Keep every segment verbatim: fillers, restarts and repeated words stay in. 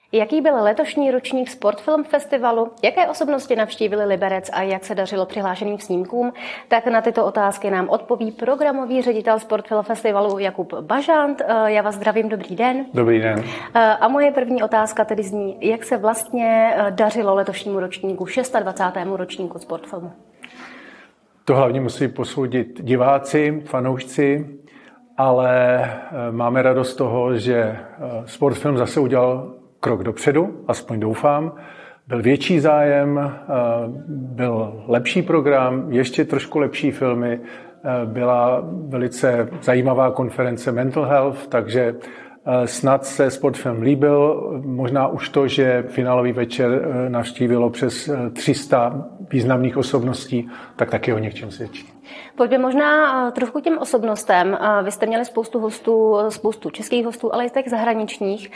Jaký byl letošní ročník Sportfilm Festivalu? Jaké osobnosti navštívili Liberec a jak se dařilo přihlášeným snímkům? Tak na tyto otázky nám odpoví programový ředitel Sportfilm Festivalu Jakub Bažant. Já vás zdravím, dobrý den. Dobrý den. A moje první otázka tedy zní, jak se vlastně dařilo letošnímu ročníku, dvacátému šestému ročníku Sportfilmu? To hlavně musí posoudit diváci, fanoušci, ale máme radost z toho, že Sportfilm zase udělal krok dopředu, aspoň doufám. Byl větší zájem, byl lepší program, ještě trošku lepší filmy, byla velice zajímavá konference Mental Health, takže snad se Sportfilm líbil. Možná už to, že finálový večer navštívilo přes tři sta významných osobností, tak taky o něčem svědčí. Pojďme možná trochu těm osobnostem. Vy jste měli spoustu hostů, spoustu českých hostů, ale i těch zahraničních.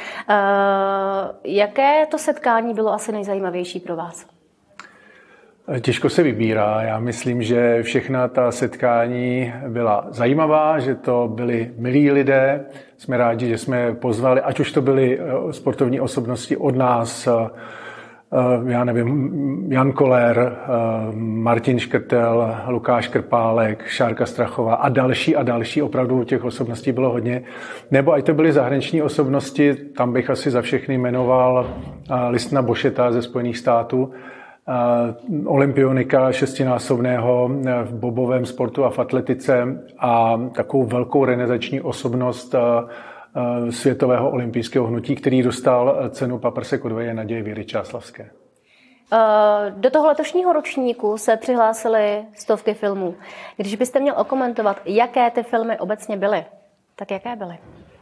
Jaké to setkání bylo asi nejzajímavější pro vás? Těžko se vybírá. Já myslím, že všechna ta setkání byla zajímavá, že to byli milí lidé. Jsme rádi, že jsme pozvali, ať už to byly sportovní osobnosti od nás, já nevím, Jan Koller, Martin Škrtel, Lukáš Krpálek, Šárka Strachová a další a další, opravdu těch osobností bylo hodně. Nebo ať to byly zahraniční osobnosti, tam bych asi za všechny jmenoval Listna Bošeta ze Spojených států, olympionika šestinásobného v bobovém sportu a v atletice a takovou velkou renesanční osobnost světového olympijského hnutí, který dostal cenu Paprse Kodveje Naděje Věry Čáslavské. Do toho letošního ročníku se přihlásily stovky filmů. Když byste měl okomentovat, jaké ty filmy obecně byly, tak jaké byly?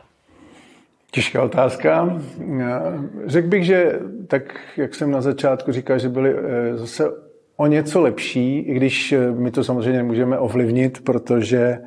Těžká otázka. Řekl bych, že tak, jak jsem na začátku říkal, že byly zase o něco lepší, i když my to samozřejmě nemůžeme ovlivnit, protože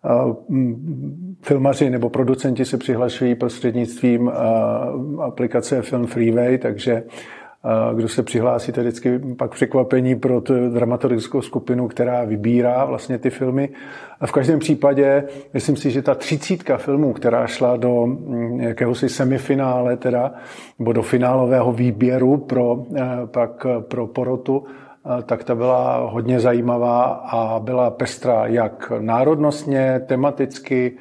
filmaři nebo producenti se přihlašují prostřednictvím aplikace Film Freeway, takže kdo se přihlásí, to je vždycky pak překvapení pro tu dramaturgickou skupinu, která vybírá vlastně ty filmy. A v každém případě, myslím si, že ta třicítka filmů, která šla do jakéhosi semifinále, teda, nebo do finálového výběru pro, pak pro porotu, tak ta byla hodně zajímavá a byla pestrá jak národnostně, tematicky,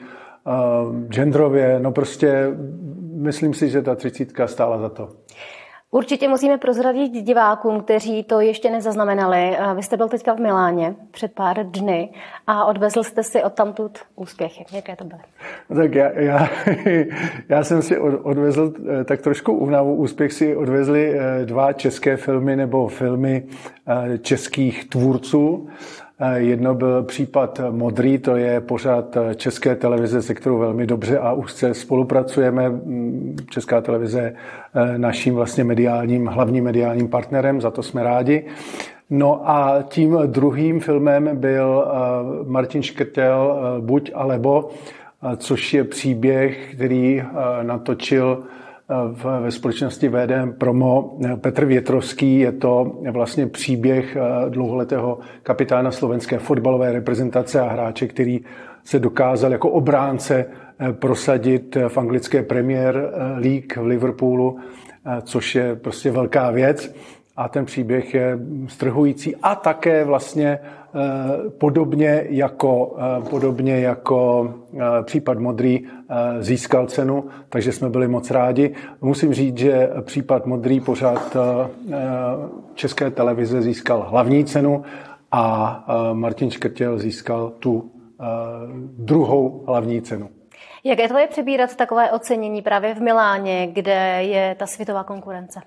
genderově, no prostě myslím si, že ta třicítka stála za to. Určitě musíme prozradit divákům, kteří to ještě nezaznamenali. Vy jste byl teďka v Miláně před pár dny a odvezl jste si odtamtud úspěchy. Jaké to byly? No tak já, já, já jsem si odvezl tak trošku únavu. Úspěch si odvezli dva české filmy nebo filmy českých tvůrců. Jedno byl případ Modrý, to je pořad České televize, se kterou velmi dobře a úzce spolupracujeme. Česká televize je naším vlastně mediálním, hlavním mediálním partnerem, za to jsme rádi. No a tím druhým filmem byl Martin Škrtel Buď a lebo, což je příběh, který natočil ve společnosti V D M Promo Petr Větrovský. Je to vlastně příběh dlouholetého kapitána slovenské fotbalové reprezentace a hráče, který se dokázal jako obránce prosadit v anglické Premier League v Liverpoolu, což je prostě velká věc. A ten příběh je strhující a také vlastně podobně jako, podobně jako případ Modrý získal cenu, takže jsme byli moc rádi. Musím říct, že případ Modrý pořád České televize získal hlavní cenu a Martin Škrtel získal tu druhou hlavní cenu. Jak je to je přebírat takové ocenění právě v Miláně, kde je ta světová konkurence?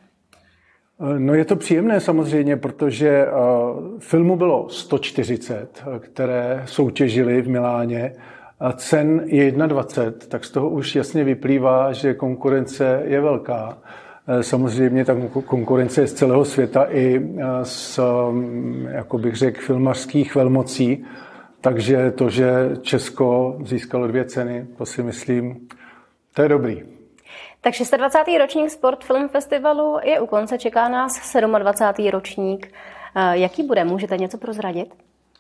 No je to příjemné samozřejmě, protože filmu bylo sto čtyřicet, které soutěžily v Miláně. Cen je dvacet jedna, tak z toho už jasně vyplývá, že konkurence je velká. Samozřejmě ta konkurence je z celého světa i z, jako bych řekl, filmařských velmocí. Takže to, že Česko získalo dvě ceny, to si myslím, to je dobrý. Tak dvacátý šestý ročník Sportfilm Festivalu je u konce, čeká nás dvacátý sedmý ročník. Jaký bude? Můžete něco prozradit?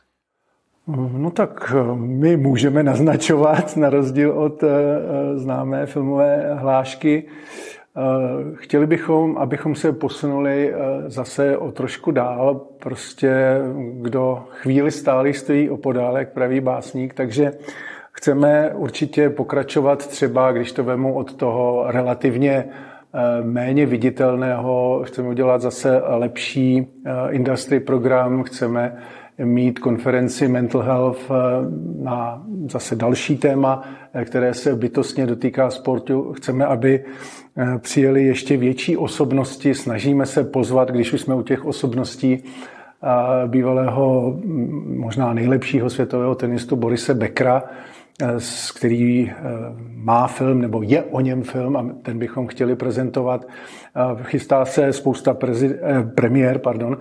No tak my můžeme naznačovat, na rozdíl od známé filmové hlášky. chtěli bychom, abychom se posunuli zase o trošku dál. Prostě kdo chvíli stálý stojí opodál, jak praví básník, takže chceme určitě pokračovat třeba, když to vemu od toho relativně méně viditelného, chceme udělat zase lepší industry program, chceme mít konferenci Mental Health na zase další téma, které se bytostně dotýká sportu. Chceme, aby přijeli ještě větší osobnosti, snažíme se pozvat, když už jsme u těch osobností, bývalého, možná nejlepšího světového tenistu Borise Beckera, který má film, nebo je o něm film a ten bychom chtěli prezentovat. Chystá se spousta prezi, premiér, pardon,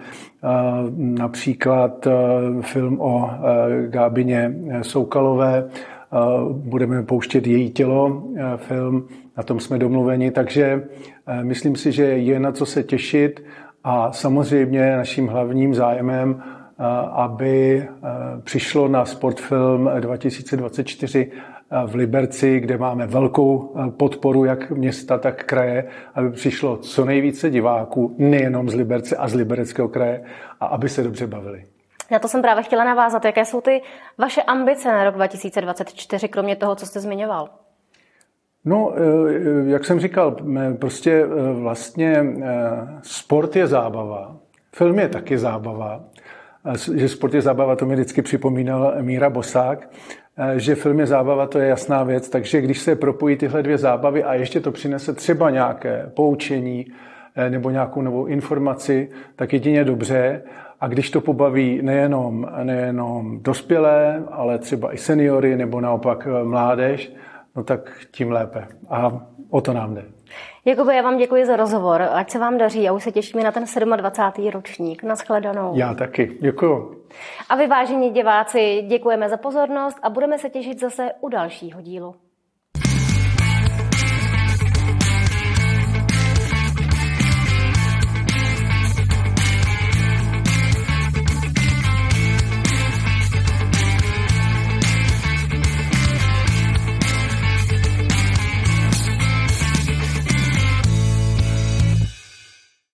například film o Gábině Soukalové, budeme pouštět Její tělo, film, na tom jsme domluveni, takže myslím si, že je na co se těšit a samozřejmě naším hlavním zájmem, aby přišlo na Sportfilm dva tisíce dvacet čtyři v Liberci, kde máme velkou podporu jak města, tak kraje, aby přišlo co nejvíce diváků, nejenom z Liberce a z Libereckého kraje, a aby se dobře bavili. Na to jsem právě chtěla navázat. Jaké jsou ty vaše ambice na rok dva tisíce dvacet čtyři, kromě toho, co jste zmiňoval? No, jak jsem říkal, prostě vlastně sport je zábava, film je taky zábava. Že sport je zábava, to mi vždycky připomínal Míra Bosák, že film je zábava, to je jasná věc, takže když se propojí tyhle dvě zábavy a ještě to přinese třeba nějaké poučení nebo nějakou novou informaci, tak jedině dobře. A když to pobaví nejenom, nejenom dospělé, ale třeba i seniory nebo naopak mládež, no tak tím lépe. A o to nám jde. Jakube, já vám děkuji za rozhovor. Ať se vám daří a už se těšíme na ten dvacátý sedmý ročník. Nashledanou. Já taky. Děkuju. A vy, vážení diváci, děkujeme za pozornost a budeme se těšit zase u dalšího dílu.